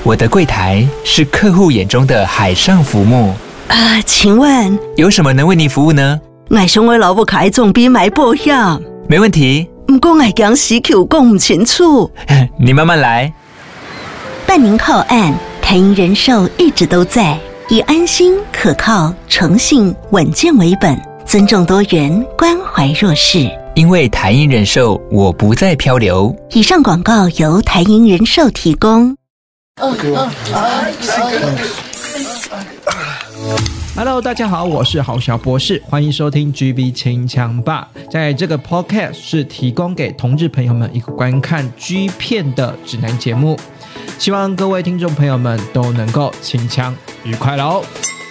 我的柜台是客户眼中的海上浮木请问有什么能为您服务呢？ 我想我老母开总比买保险， 没问题。 不过我讲死口讲不清楚。 你慢慢来。 办您靠岸，台银人寿一直都在，以安心、可靠、诚信、稳健为本，尊重多元，关怀弱势。 因为台银人寿，我不再漂流。 以上广告由台银人寿提供。 Hello， 大家好，我是郝小博士，欢迎收听 GB 清枪吧。在这个 podcast 是提供给同志朋友们一个观看 G 片的指南节目，希望各位听众朋友们都能够清枪愉快喽。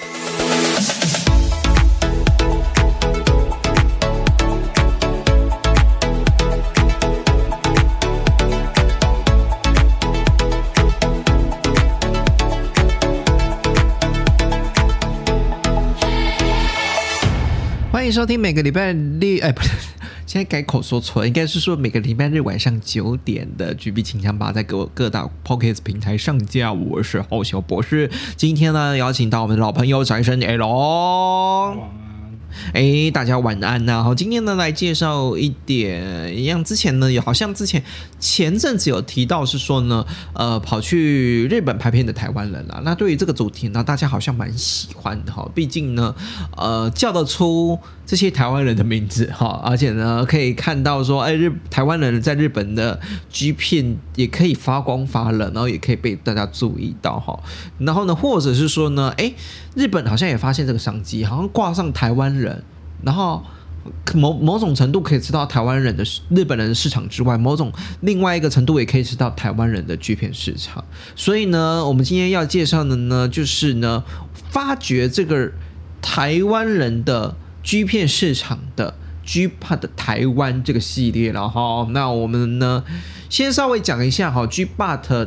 欢迎收听每个礼拜六，不是，现在改口说错了，应该是说每个礼拜日晚上9点的 GB 清枪吧，在各大 Podcast 平台上架。我是郝小博士，今天呢邀请到我们的老朋友宅生 L。大家晚安呐！好，今天呢来介绍一点一样，之前呢好像前阵子有提到是说呢，跑去日本拍片的台湾人啦。那对于这个主题呢，大家好像蛮喜欢的哈，毕竟呢，叫得出这些台湾人的名字哈，而且呢可以看到说，台湾人在日本的 G 片也可以发光发热，然后也可以被大家注意到哈。然后呢，或者是说呢，日本好像也发现这个商机，好像挂上台湾人，然后某种程度可以吃到台湾人的日本人的市场之外，另外一个程度也可以吃到台湾人的 G 片市场。所以呢，我们今天要介绍的呢，就是呢，发掘这个台湾人的 G 片市场的 G-Part 台湾这个系列了哈。那我们呢，先稍微讲一下哈 G-Part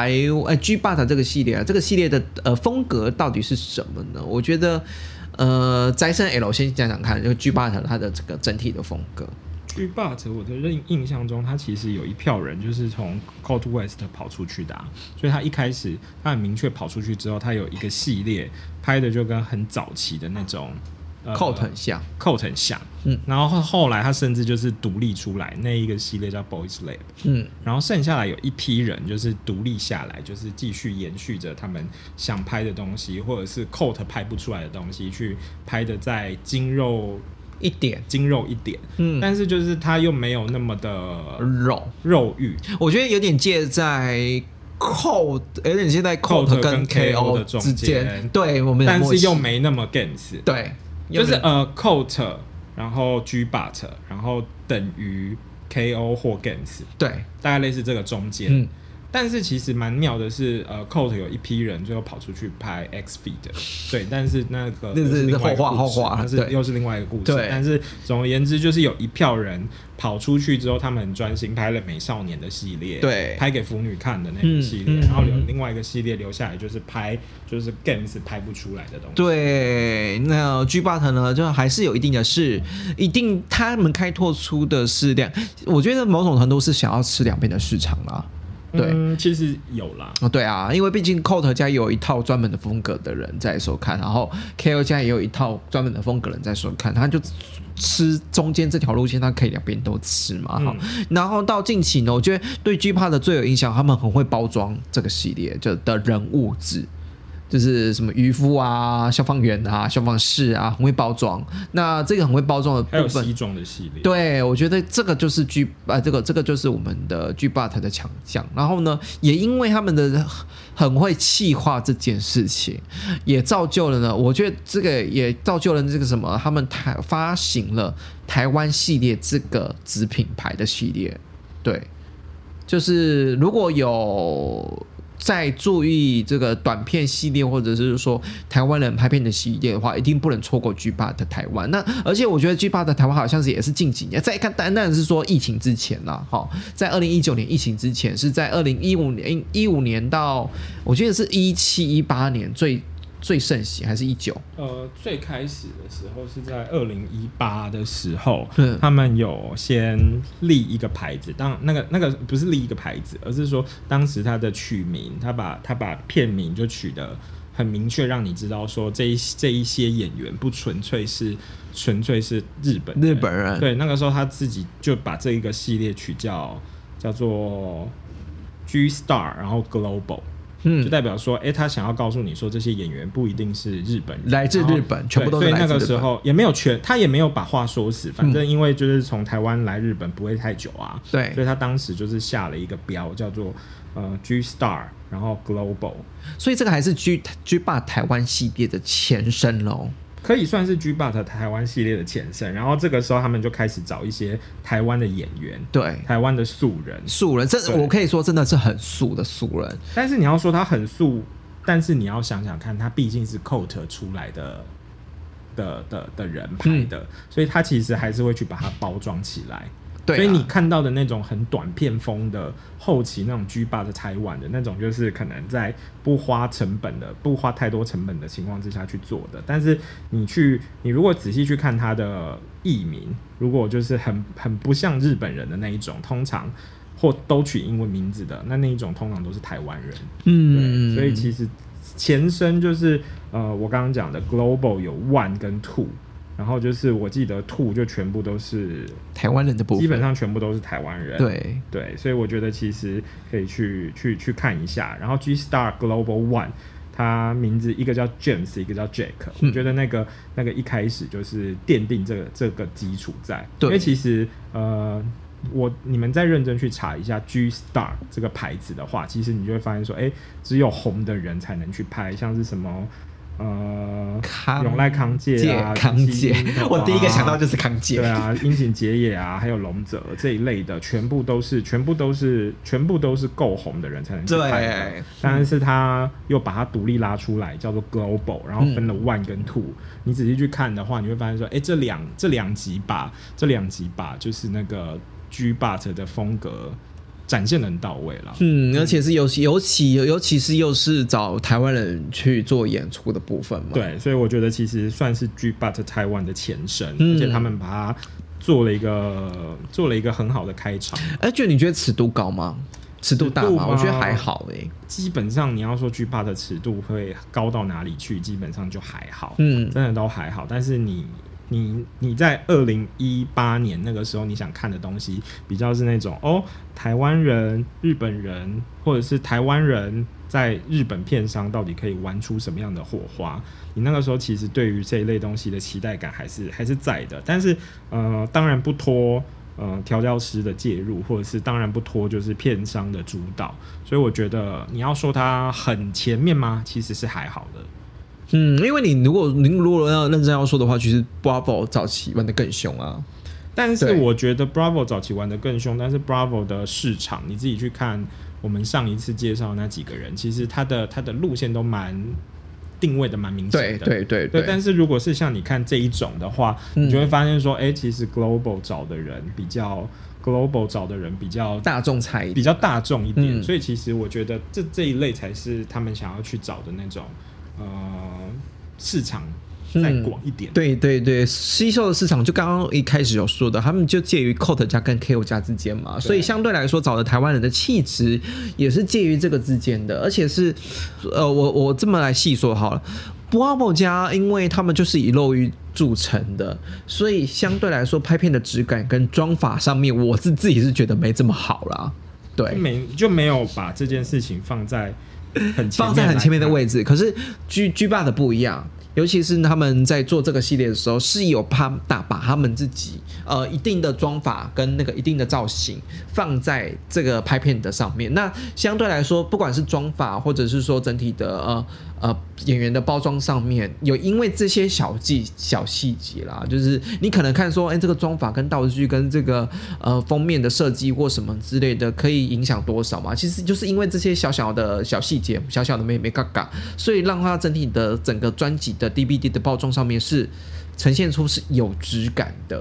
G-Part 这个系列啊，这个系列的风格到底是什么呢？我觉得宅生 L 先讲讲看，这个 G-Part 它的这个整体的风格。 G-Part 我的印象中，他其实有一票人就是从 Cold West 跑出去的所以他一开始他很明确跑出去之后，他有一个系列拍的就跟很早期的那种。 Coat 很像， 然后后来他甚至就是独立出来，那一个系列叫 Boys Lab，然后剩下来有一批人就是独立下来，就是继续延续着他们想拍的东西，或者是 Coat 拍不出来的东西，去拍的再精肉一点，但是就是他又没有那么的肉欲， 我觉得有点介在。有点介在 Coat 跟 KO 的之间，对，我们但是又没那么 Games， 对， 就是Coat， 然后 G-Part， 然后等于 KO 或 Games， 对，大概类似这个中间。但是其实蛮妙的是，Coat 有一批人最后跑出去拍 X-Feed， 对，但是那个是另外一个故事，又是另外一个故事。但是总而言之，就是有一票人跑出去之后，他们很专心拍了美少年的系列，对，拍给腐女看的那个系列，然后有另外一个系列留下来，就是拍Games 拍不出来的东西。对， 那 G-Part 呢，就还是有一定他们开拓出的是我觉得某种程度是想要吃两边的市场啦。对， 其实有啦。 对啊，因为毕竟 Coat 家也有一套专门的风格的人在收看，然后 KO 家也有一套专门的风格的人在收看，他就吃中间这条路线，他可以两边都吃嘛。然后到近期呢，我觉得对 G-Part 最有影响，他们很会包装这个系列的人物志。就是什么渔夫啊、消防员啊、消防士啊，很会包装。那这个很会包装的部分， 还有西装的系列。 对，我觉得这个就是这个就是我们的 G-Part 的强项。然后呢，也因为他们的很会企划这件事情，也造就了呢。我觉得这个也造就了这个什么，他们发行了台湾系列这个子品牌的系列。对，就是如果有。在注意这个短片系列，或者是说台湾人拍片的系列的话，一定不能错过 G-Part 台湾。那而且我觉得 G-Part 台湾好像是也是近几年，再看当然是说疫情之前啦，在2019年疫情之前，是在2015年到我记得是17、18年最盛行，还是19？ 最开始的时候是在2018的时候，他们有先立一个牌子，当那个不是立一个牌子，而是说当时他的取名，他把片名就取得很明确，让你知道说这一些演员不纯粹是日本人。对，那个时候他自己就把这一个系列取叫做 G Star， 然后 Global。就代表说，他想要告诉你说，这些演员不一定是日本人， 来自日本，全部都是来自日本。 所以那个时候也没有他也没有把话说死，反正因为就是从台湾来日本不会太久啊，对，所以他当时就是下了一个标，叫做G Star， 然后 Global， 所以这个还是 G Bar 台湾系列的前身咯。 可以算是 G-Bot 台湾系列的前身，然后这个时候他们就开始找一些台湾的演员，对，台湾的素人，这我可以说真的是很素的素人。 但是你要说他很素，但是你要想想看，他毕竟是 Coat 出来的人拍的，所以他其实还是会去把它包装起来。对，所以你看到的那种很短片风的后期那种 G-Bot 台湾的那种，就是可能在不花太多成本的情况之下去做的。但是你如果仔细去看他的艺名，如果就是很不像日本人的那一种，通常或都取英文名字的那一种，通常都是台湾人。对，所以其实前身就是我刚刚讲的 Global 有 One 跟 Two。然后就是我记得2就全部都是台湾人的部分， 基本上全部都是台湾人。对，所以我觉得其实可以去看一下。然后 G Star Global One， 它名字一个叫 James， 一个叫 Jack，我觉得那个一开始就是奠定这个基础在。因为其实你们再认真去查一下 G Star 这个牌子的话，其实你就会发现说，只有红的人才能去拍，像是什么。永濑康介啊， 我第一个想到就是康介， 对啊，樱井结也啊，还有龙泽这一类的，全部都是够红的人才能去拍的。但是他又把它独立拉出来，叫做 Global， 然后分了 One 跟 Two。你仔细去看的话，你会发现说，这两集把就是那个 G-Bot 的风格。展现得很到位了， 而且是尤其是又是找台湾人去做演出的部分嘛， 对，所以我觉得其实算是 G-Bot 台湾的前身，而且他们把它做了一个很好的开场。 就你觉得尺度高吗？尺度大吗？我觉得还好基本上你要说 G-Bot 的尺度会高到哪里去，基本上就还好，真的都还好。但是你在2018年那个时候，你想看的东西比较是那种台湾人、日本人，或者是台湾人在日本片商到底可以玩出什么样的火花？你那个时候其实对于这一类东西的期待感还是在的，但是当然不脱调教师的介入，或者是当然不脱就是片商的主导，所以我觉得你要说它很前面吗？其实是还好的。 因为您如果要认真要说的话，其实 Bravo 早期玩得更凶啊。 但是我觉得 Bravo 早期玩得更凶，但是 Bravo 的市场，你自己去看我们上一次介绍的那几个人，其实他的路线都定位的蛮明显的。对。但是如果是像你看这一种的话，你就会发现说，其实 Global 找的人比较大众才比较大众一点，所以其实我觉得这一类才是他们想要去找的那种。市场再广一点， 对，吸收的市场就刚刚一开始有说的，他们就介于 Coat 家跟 KO 家之间嘛，所以相对来说找的台湾人的气质也是介于这个之间的，而且是我这么来细说好了。Bravo 家因为他们就是以肉欲著称的，所以相对来说拍片的质感跟妆法上面，我自己是觉得没这么好啦。对， 就没有把这件事情放在很前面的位置，可是 G-Bot 的不一样，尤其是他们在做这个系列的时候，是有把他们自己一定的妆法跟那个一定的造型放在这个拍片的上面。那相对来说，不管是妆法或者是说整体的演员的包装上面，有因为这些小细节啦，就是你可能看说，这个妆法跟道具跟这个封面的设计或什么之类的，可以影响多少嘛？其实就是因为这些小小的小细节、小小的妹妹嘎嘎，所以让它整体的整个专辑的 DVD 的包装上面是呈现出是有质感的。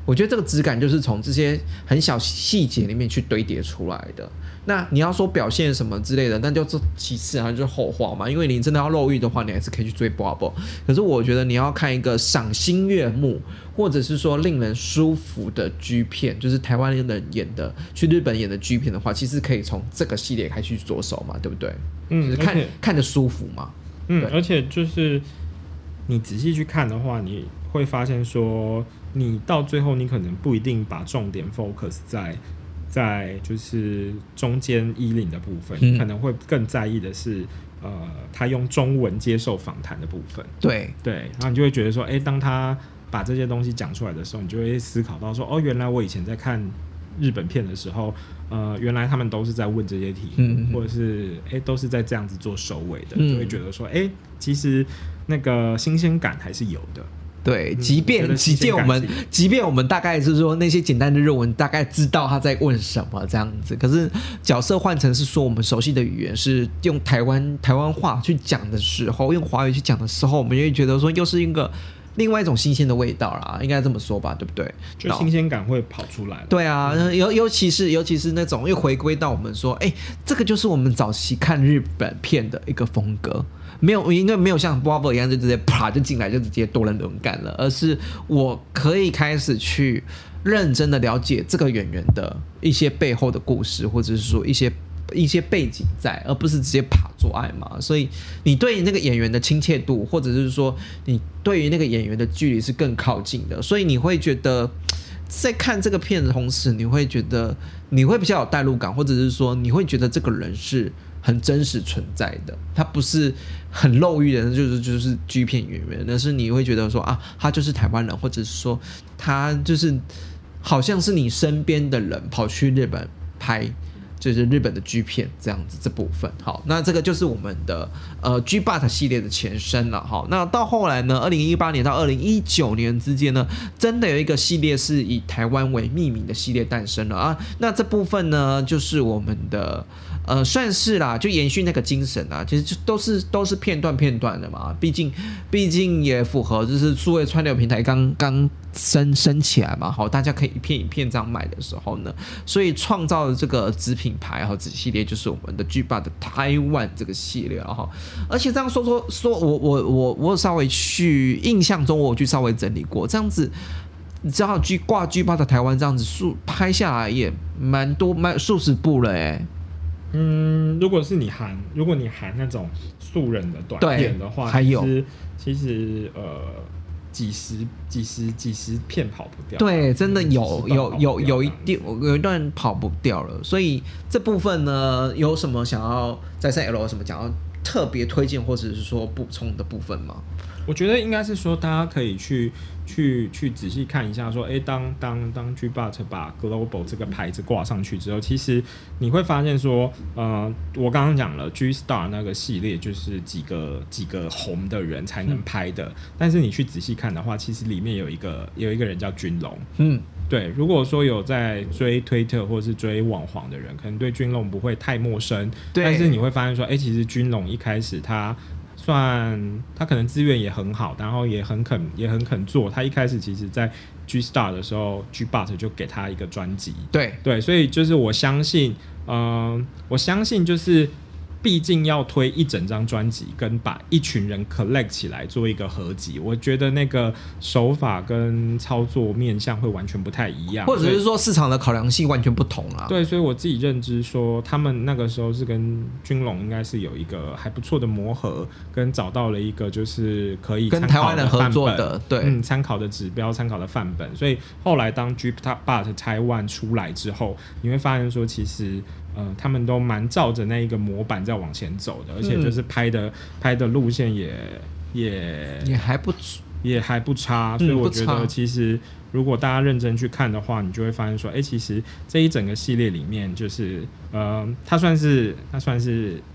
我觉得这个质感就是从这些很小细节里面去堆叠出来的。那你要说表现什么之类的，那就这其次啊，就是后话嘛。因为你真的要肉欲的话，你还是可以去追 Bravo。可是我觉得你要看一个赏心悦目，或者是说令人舒服的 G 片，就是台湾人演的，去日本演的 G 片的话，其实可以从这个系列开始去着手嘛，对不对？就是看着舒服嘛。 而且就是你仔细去看的话，你会发现说，你到最后你可能不一定把重点 focus 在就是中间衣领的部分，你可能会更在意的是他用中文接受访谈的部分。对，然后你就会觉得说，当他把这些东西讲出来的时候，你就会思考到说，原来我以前在看日本片的时候，原来他们都是在问这些题目，或者是都是在这样子做收尾的，就会觉得说，其实那个新鲜感还是有的。 对，即便我们大概是说那些简单的日文大概知道他在问什么这样子，可是角色换成是说我们熟悉的语言是用台湾话去讲的时候，用华语去讲的时候，我们就会觉得说又是一个另外一种新鲜的味道啦，应该这么说吧，对不对？ 就新鲜感会跑出来了。 对啊，尤其是那种又回归到我们说，这个就是我们早期看日本片的一个风格。因为没有像 Bravo 一样就直接啪就进来就直接多人轮干了，而是我可以开始去认真的了解这个演员的一些背后的故事，或者是说一些背景在，而不是直接啪做爱嘛。所以你对那个演员的亲切度，或者是说你对于那个演员的距离是更靠近的，所以你会觉得在看这个片的同时，你会觉得你会比较有代入感，或者是说你会觉得这个人是很真实存在的，他不是很露欲的人，就是 G 片演员，但是你会觉得说啊，他就是台湾人，或者是说他就是好像是你身边的人跑去日本拍。就是日本的 G 片这样子这部分。好，那这个就是我们的G-BOT 系列的前身了。好，那到后来呢，2018年到2019年之间呢，真的有一个系列是以台湾为命名的系列诞生了啊。那这部分呢，就是我们的算是啦，就延续那个精神啊，其实就都是片段的嘛。毕竟也符合就是数位串流平台刚升起来嘛，好，大家可以一片这样买的时候呢，所以创造的这个子品牌和子系列就是我们的 G-BOT 的台湾这个系列哈。而且这样说，我稍微去印象中，我去稍微整理过，这样子。你知道 挂 G-BOT 的台湾这样子拍下来也蛮多数十部了如果你含那种素人的短片的话， 还有其实几十片跑不掉。 对，真的有一段跑不掉了。所以这部分呢，有什么想要在L 有什么想要特别推荐或者是说补充的部分吗？ 我觉得应该是说，大家可以去仔细看一下说，当 G-BOT 把 Global 这个牌子挂上去之后，其实你会发现说，我刚刚讲了 G-Star 那个系列就是几个红的人才能拍的，但是你去仔细看的话，其实里面有一个人叫君龙，对，如果说有在追推特或是追网黄的人，可能对君龙不会太陌生，但是你会发现说，其实君龙一开始他可能资源也很好，然后也很肯做。他一开始其实在 G-Star 的时候 ，G-BOT 就给他一个专辑。对，所以就是我相信就是。毕竟要推一整张专辑，跟把一群人 collect 起来做一个合集，我觉得那个手法跟操作面向会完全不太一样， 或者是说市场的考量性完全不同啦。 对，所以我自己认知说，他们那个时候是跟君龙应该是有一个还不错的磨合，跟找到了一个就是可以跟台湾人合作的，对， 参考的指标、参考的范本。所以后来当 G-BOT 台湾出来之后，你会发现说，其实。他们都蛮照着那一个模板在往前走的，而且就是拍的路线也还不差，所以我觉得其实如果大家认真去看的话，你就会发现说，其实这一整个系列里面，就是它算是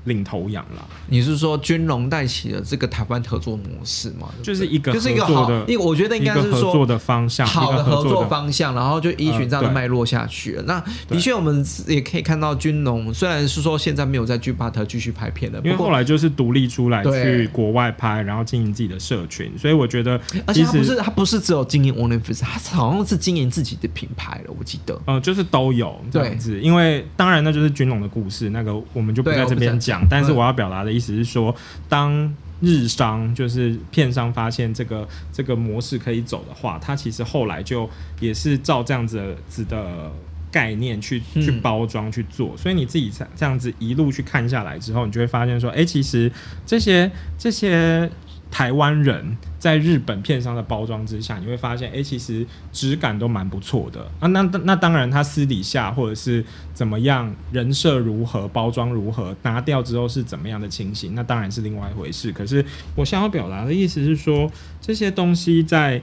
领头羊啦。 你是说君龙带起了这个台湾合作模式吗？ 就是一个好，我觉得应该是说合作的方向， 好的合作方向，然后就依循这样的脉络下去了。那的确，我们也可以看到君龙虽然是说现在没有在 G8 继续拍片了， 因为后来就是独立出来去国外拍，然后经营自己的社群，所以我觉得， 而且他不是只有经营 OnlyFans， 他好像是经营自己的品牌了，我记得。 就是都有这样子，因为当然那就是君龙的故事，那个我们就不在这边讲。但是我要表达的意思是说，当日商就是片商发现这个模式可以走的话，他其实后来就也是照这样子的概念去包装去做，所以你自己这样子一路去看下来之后，你就会发现说，其实这些台湾人在日本片商的包装之下，你会发现，其实质感都蛮不错的啊。那当然，他私底下或者是怎么样，人设如何，包装如何，拿掉之后是怎么样的情形，那当然是另外一回事。可是我想要表达的意思是说，这些东西在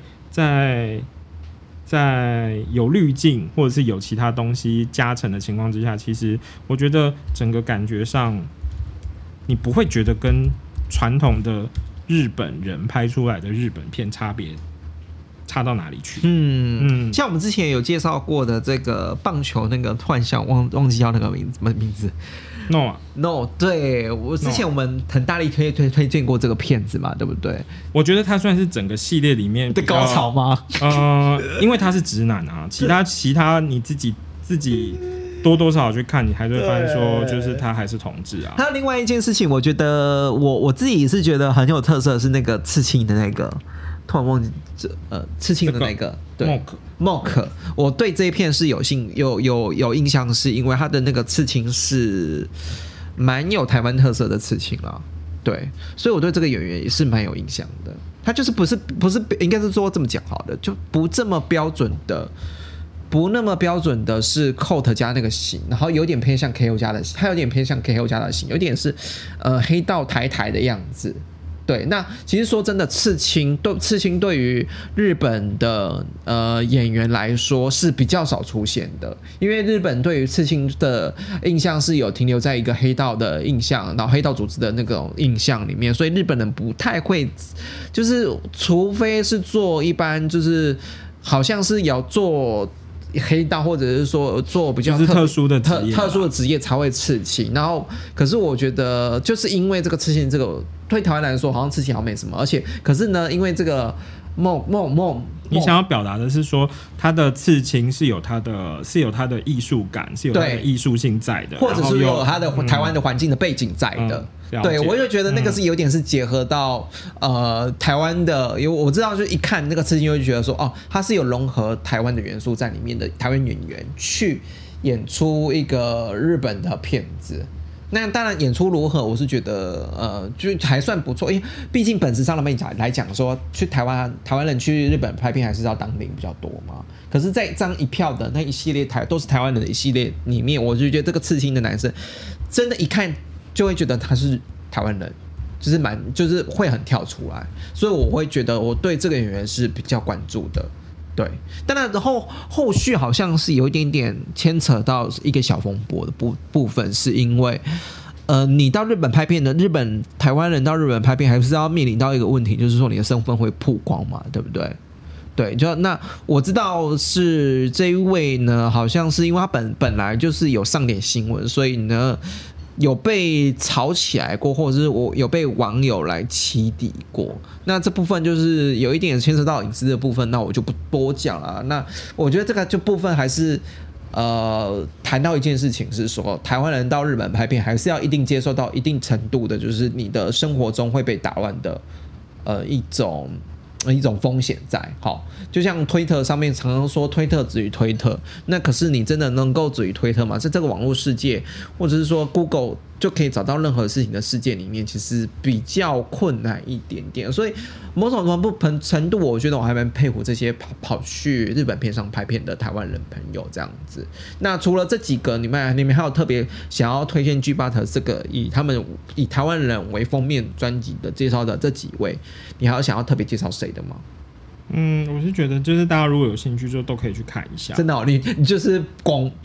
有滤镜或者是有其他东西加成的情况之下，其实我觉得整个感觉上，你不会觉得跟传统的日本人拍出来的日本片差到哪里去？ 像我们之前有介绍过的这个棒球那个幻想，忘记叫那个名字。No， 对，我之前我们很大力推荐过这个片子嘛，对不对？ 我觉得它算是整个系列里面的高潮吗？ 因为他是直男啊，其他你自己多多少少去看，你还是会发现说，就是他还是同志啊。 还有另外一件事情，我觉得我自己是觉得很有特色，是那个刺青的那个，突然忘记刺青的那个，对 Mock， 我对这一片是有印象，是因为他的那个刺青是蛮有台湾特色的刺青啦，对，所以我对这个演员也是蛮有印象的。他就是不是应该是说这么讲好的，就不这么标准的。不那么标准的是 Coat 加那个型，然后有点偏向 KO 加的型，它有点偏向 KO 加的型，有点是黑道台的样子。对，那其实说真的，刺青对于日本的演员来说是比较少出现的，因为日本对于刺青的印象是有停留在一个黑道的印象，然后黑道组织的那种印象里面，所以日本人不太会，就是除非是做一般就是好像是要做。黑道或者是说做比较特殊的职业才会刺青，然后可是我觉得就是因为这个刺青，这个对台湾来说好像刺青好像没什么，而且可是呢，因为这个你想要表达的是说，他的刺青是有他的艺术感，是有他的艺术性在的， 或者是有他的台湾的环境的背景在的。对，我就觉得那个是有点是结合到台湾的，因为我知道就一看那个刺青，就觉得说它是有融合台湾的元素在里面的台湾演员去演出一个日本的片子。那当然演出如何，我是觉得就还算不错，因为毕竟本质上来讲说，去台湾人去日本拍片还是要当领比较多嘛。可是，在这样一票的那一系列都是台湾人的一系列里面，我就觉得这个刺青的男生真的，一看就会觉得他是台湾人，就是会很跳出来，所以我会觉得我对这个演员是比较关注的。对，当然后续好像是有一点点牵扯到一个小风波的部分，是因为你到日本拍片的台湾人到日本拍片，还是要面临到一个问题，就是说你的身份会曝光嘛，对不对？对，就那我知道是这一位呢，好像是因为他本来就是有上点新闻，所以呢有被炒起来过，或者是我有被网友来起底过。那这部分就是有一点牵涉到隐私的部分，那我就不多讲了。那我觉得这个就部分还是谈到一件事情是说，台湾人到日本拍片还是要一定接受到一定程度的，就是你的生活中会被打乱的一种风险在。好，就像推特上面常常说推特止于推特，那可是你真的能够止于推特吗？在这个网络世界，或者是说 Google 就可以找到任何事情的世界里面，其实比较困难一点点。所以某种程度，我觉得我还蛮佩服这些跑去日本片上拍片的台湾人朋友这样子。那除了这几个，你们还有特别想要推荐 G8 这个以台湾人为封面专辑的介绍的这几位，你还有想要特别介绍谁的吗？ 我是觉得就是大家如果有兴趣，就都可以去看一下。 真的你就是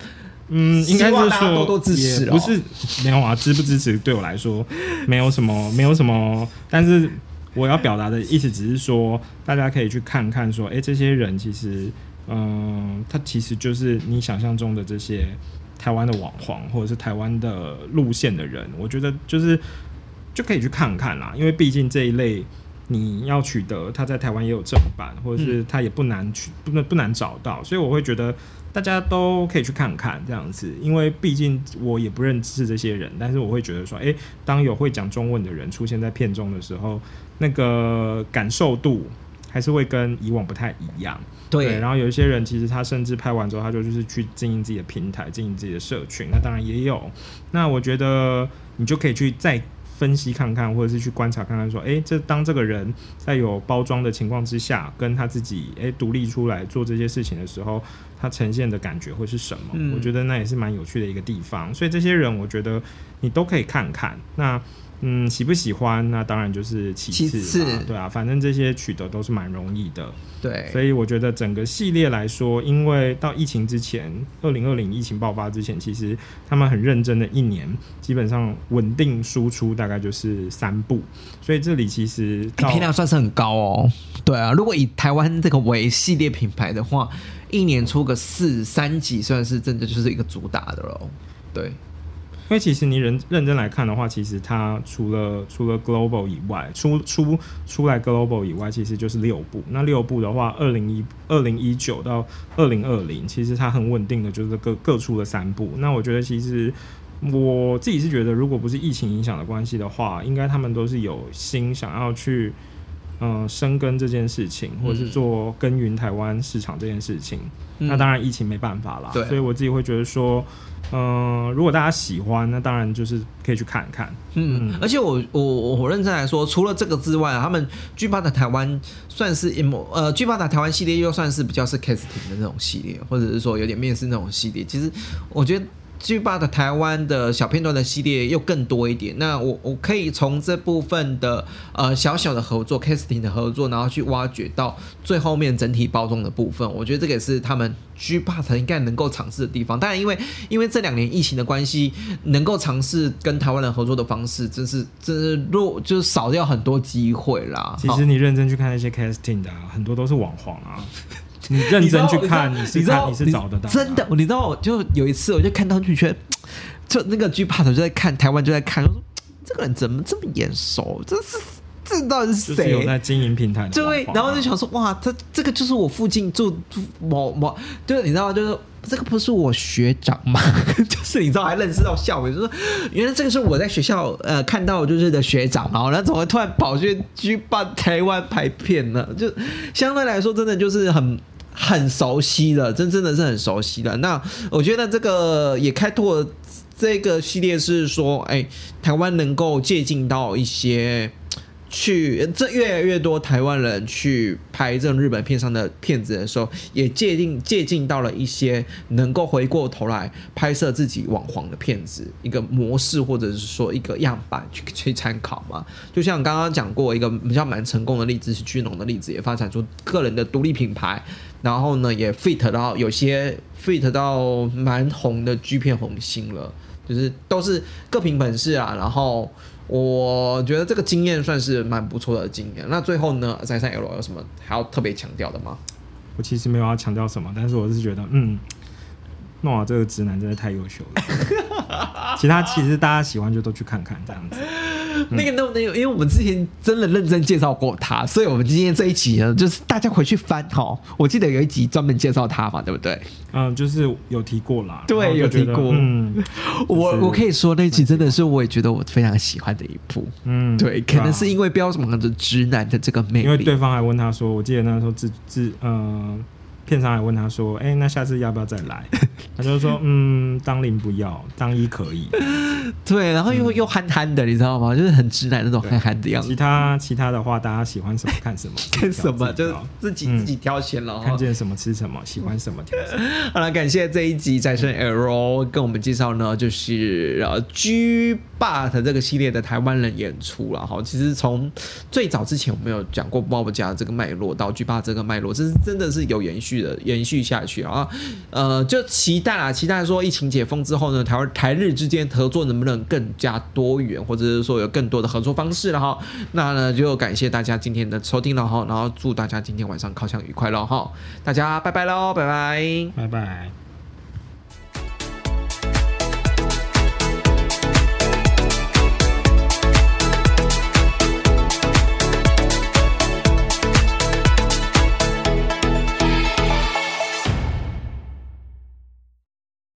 应该是说多多支持不是没有啊，支不支持对我来说没有什么，但是我要表达的意思只是说，大家可以去看看说，这些人其实，他其实就是你想象中的这些台湾的网黄，或者是台湾的路线的人，我觉得就可以去看看啦，因为毕竟这一类你要取得，他在台湾也有正版，或者是他也不难找到，所以我会觉得大家都可以去看看这样子，因为毕竟我也不认识这些人，但是我会觉得说，当有会讲中文的人出现在片中的时候，那个感受度还是会跟以往不太一样。对，然后有一些人其实他甚至拍完之后，他就是去经营自己的平台，经营自己的社群，那当然也有。那我觉得你就可以去再分析看看，或者是去观察看看说，当这个人在有包装的情况之下，跟他自己独立出来做这些事情的时候，他呈现的感觉会是什么？我觉得那也是蛮有趣的一个地方。所以这些人我觉得你都可以看看。那喜不喜欢那当然就是其次啦，对啊，反正这些取得都是蛮容易的。对，所以我觉得整个系列来说，因为到疫情之前，2020疫情爆发之前，其实他们很认真的一年，基本上稳定输出大概就是3部，所以这里其实批量算是很高哦。对啊，如果以台湾这个为系列品牌的话，一年出个3集，算是真的就是一个主打的咯。对。 因为其实你认真来看的话，其实它除了 Global 以外，出来 Global 以外，其实就是6部。那6部的话，2019到2020，其实它很稳定的，就是各出了3部。那我觉得其实我自己是觉得，如果不是疫情影响的关系的话，应该他们都是有心想要去深耕这件事情，或者是做耕耘台湾市场这件事情。那当然疫情没办法啦，所以我自己会觉得说。如果大家喜欢，那当然就是可以去看看。 而且我认真来说，除了这个之外，他们 G8 的台湾算是G8 的台湾系列又算是比较是 casting 的那种系列，或者是说有点面试那种系列。其实我觉得 G8 的台湾的小片段的系列又更多一点。那我可以从这部分的小小的合作 casting 的合作，然后去挖掘到最后面整体包装的部分。我觉得这个也是他们G8 应该能够尝试的地方。当然因为这2年疫情的关系，能够尝试跟台湾人合作的方式真是就是少掉很多机会啦。 其实你认真去看那些 casting 的很多都是网黄啊。你认真去看，你是找得到的。 真的，你知道，我就有一次我就看到就觉得，就那个 G8 就在看，台湾就在看，我说这个人怎么这么眼熟？这到底是谁？ 就是有在经营平台的。 对，然后就想说，哇，这个就是我附近住就是你知道，就是这个不是我学长吗？就是你知道，还认识到校委，就说原来这个是我在学校看到就是的学长，然后怎么突然跑去G8 台湾拍片呢？就相对来说，真的就是很熟悉了，真的是很熟悉了。那我觉得这个也开拓这个系列是说，台湾能够借鉴到一些。这越来越多台湾人去拍这种日本片商的片子的时候，也借鉴到了一些能够回过头来拍摄自己网黄的片子一个模式，或者是说一个样板去参考嘛。就像刚刚讲过一个比较蛮成功的例子是巨农的例子，也发展出个人的独立品牌，然后呢也 fit 到有些 fit 到蛮红的 G 片红星了，就是都是各凭本事啊。然后我觉得这个经验算是蛮不错的经验。那最后呢，33L 有什么还要特别强调的吗？ 我其实没有要强调什么，但是我是觉得，诺瓦这个直男真的太优秀了。其实大家喜欢就都去看看这样子。 那个因为我们之前真的认真介绍过他，所以我们今天这一集呢，就是大家回去翻哈。我记得有一集专门介绍他嘛，对不对？ 就是有提过啦。 对，有提过。我可以说那一集真的是我也觉得我非常喜欢的一部。对，可能是因为标什么的直男的这个魅力。 因为对方还问他说，我记得那时候片商还问他说：“那下次要不要再来？”他就说：“当零不要，当一可以。” 对，然后又憨憨的，你知道吗？就是很直男那种憨憨的样子。 其他的话，大家喜欢什么看什么， 看什么就是自己挑选了。 看见什么吃什么，喜欢什么挑什么。 好了，感谢这一集再生 L 跟我们介绍呢，就是G8 这个系列的台湾人演出了哈。其实从最早之前我们有讲过 Bob 家这个脉络到 G8 这个脉络，这是真的是有延续。 续下去啊。就期待说疫情解封之后呢，台日之间合作能不能更加多元，或者是说有更多的合作方式了哈。那呢就感谢大家今天的收听了哈，然后祝大家今天晚上烤箱愉快了哈，大家拜拜喽，拜拜， 拜拜。